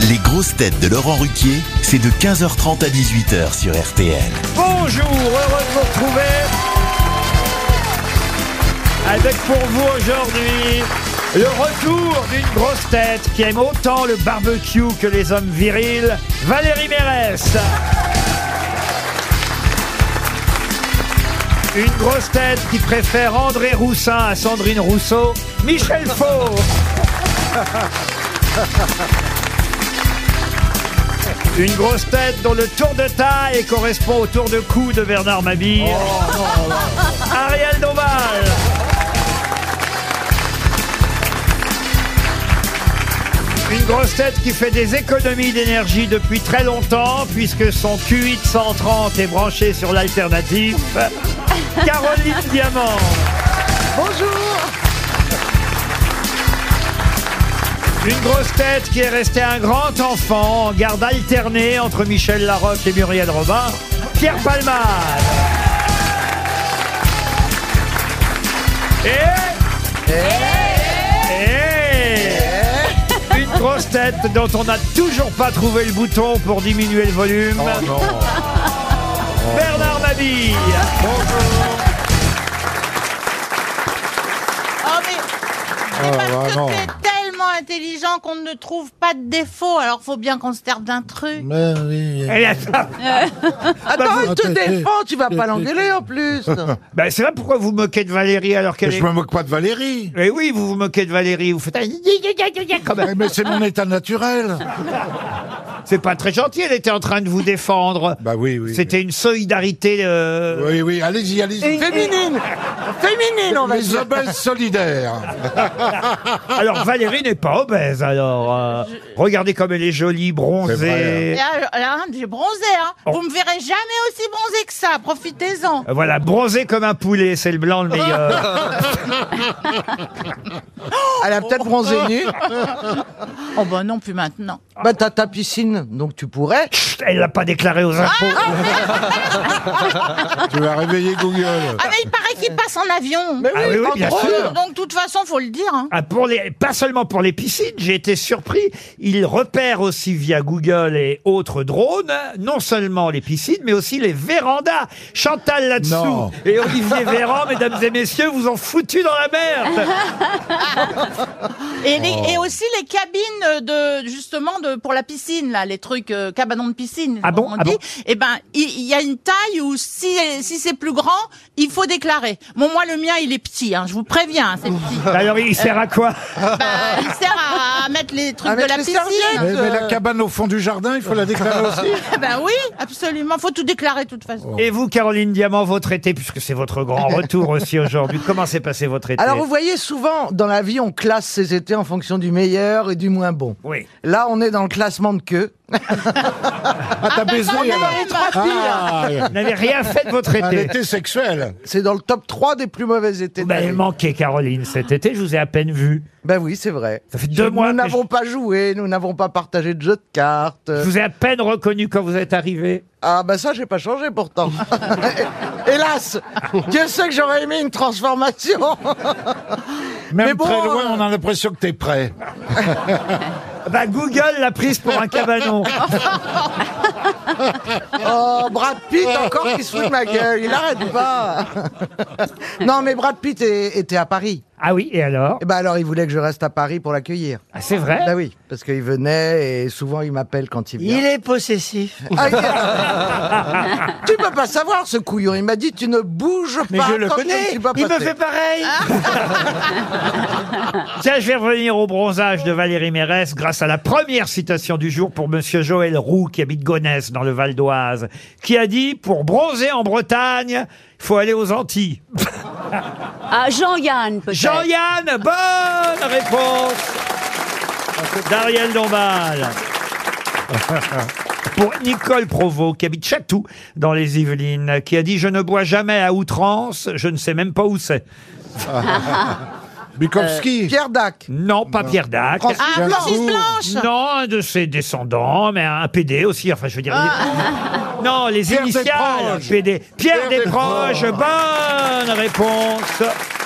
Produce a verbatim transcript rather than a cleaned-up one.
Les grosses têtes de Laurent Ruquier, c'est de quinze heures trente à dix-huit heures sur R T L. Bonjour, heureux de vous retrouver. Avec pour vous aujourd'hui le retour d'une grosse tête qui aime autant le barbecue que les hommes virils, Valérie Mérès. Une grosse tête qui préfère André Roussin à Sandrine Rousseau, Michel Faux. Une grosse tête dont le tour de taille correspond au tour de cou de Bernard Mabille, oh, non, non. Ariel Dombal. Une grosse tête qui fait des économies d'énergie depuis très longtemps, puisque son Q huit cent trente est branché sur l'alternatif. Caroline Diamant. Bonjour. Une grosse tête qui est restée un grand enfant en garde alternée entre Michel Larocque et Muriel Robin, Pierre Palmade. Et... Et... Et... Une grosse tête dont on n'a toujours pas trouvé le bouton pour diminuer le volume. Oh non. Bernard Mabille. Bonjour. Oh mais, c'est Oh, parce bah, que non. t'es tellement intelligent qu'on ne trouve pas de défaut. Alors faut bien qu'on se serve d'un truc. Mais oui. Et là, ça- Attends, elle te t'es- t'es- défend, tu vas t'es- pas t'es- l'engueuler en plus. ben, c'est vrai, pourquoi vous moquez de Valérie alors qu'elle Je est... me moque pas de Valérie. Eh oui, vous vous moquez de Valérie, vous faites un... Quand même. Mais c'est mon état naturel. C'est pas très gentil, elle était en train de vous défendre. Bah oui, oui. C'était une solidarité... euh, Oui, oui, allez-y, allez-y. Féminine. Féminine, on va Les dire. obèses solidaires. Alors Valérie n'est pas obèse, alors. euh, Regardez comme elle est jolie, C'est bronzée. vrai, Et là, là, j'ai bronzé, hein. Oh. Vous me verrez jamais aussi bronzé que ça. Profitez-en. Euh, Voilà, bronzée comme un poulet, c'est le blanc le meilleur. Elle a peut-être bronzé nu. Oh bah non, plus maintenant. Bah t'as ta piscine, donc tu pourrais. Chut, elle l'a pas déclaré aux impôts. Tu vas réveiller Google. Ah mais il paraît qu'il passe en avion. Mais Ah oui, oui, bien entre sûr. autres. Donc de toute façon, faut le dire, hein. Ah, pour les, pas seulement pour les piscines, j'ai été surpris. Il repère aussi via Google et autres drones, non seulement les piscines, mais aussi les vérandas. Chantal là-dessous Non. et Olivier Véran, mesdames et messieurs, vous ont foutu dans la merde. Et, les- Oh. et aussi les cabines de justement de pour la piscine là, les trucs euh, cabanons de piscine. Ah bon, on ah dit. bon Eh ben, il il y, a une taille où si si c'est plus grand, il faut déclarer. Bon, moi le mien il est petit, hein, je vous préviens, hein, c'est petit. Alors, il sert à quoi? Bah, il sert à, à mettre les trucs À de mettre la les piscine. serviettes. Mais, mais la cabane au fond du jardin, il faut la déclarer aussi. Ben oui, absolument, faut tout déclarer de toute façon. Et vous, Caroline Diamant, votre été, puisque c'est votre grand retour aussi aujourd'hui, comment s'est passé votre été? Alors vous voyez, souvent dans la vie, on classe ses étés en fonction du meilleur et du moins bon. Oui. Là, on est dans le classement de queue. Ah, t'as baisé quand même, alors. bah. Ah, Vous n'avez rien fait de votre un été. été sexuel. C'est dans le top trois des plus mauvais étés Vous de la m'avez vie. manqué, Caroline, cet été, je vous ai à peine vu. Ben oui, c'est vrai. Ça fait deux Nous mois que n'avons pas joué, nous n'avons pas partagé de jeux de cartes. Je vous ai à peine reconnu quand vous êtes arrivé. Ah bah ça, j'ai pas changé pourtant. Hélas, Dieu sait que j'aurais aimé une transformation. Même Mais bon, très loin, euh, on a l'impression que t'es prêt. Bah, Google l'a prise pour un cabanon. Oh, Brad Pitt encore qui se fout de ma gueule, il arrête pas. Non mais Brad Pitt est- était à Paris. Ah oui, et alors? Et ben alors il voulait que je reste à Paris pour l'accueillir. Ah, c'est vrai? Bah oui, parce qu'il venait et souvent il m'appelle quand il vient. Il est possessif. Ah, il- tu peux pas savoir ce couillon. Il m'a dit tu ne bouges pas. Mais je le tant que connais. je ne suis pas Il me passé. fait pareil. Tiens, je vais revenir au bronzage de Valérie Mérès grâce à la première citation du jour pour Monsieur Joël Roux, qui habite Gonesse, dans le Val d'Oise, qui a dit « Pour bronzer en Bretagne, il faut aller aux Antilles. » Ah, Jean-Yann, peut-être. Jean-Yann, bonne réponse d'Ariel Dombal. Pour Nicole Provost, qui habite Chatou, dans les Yvelines, qui a dit « Je ne bois jamais à outrance, je ne sais même pas où c'est. » Bukowski. Pierre Dac. Non, pas Pierre Dac. Francis Ah, Blanc. Francis Blanche. Non, un de ses descendants, mais un P D aussi, enfin je veux dire... Non, les Pierre initiales, Desproges. P D. Pierre, Pierre Desproges, Desproges. bonne réponse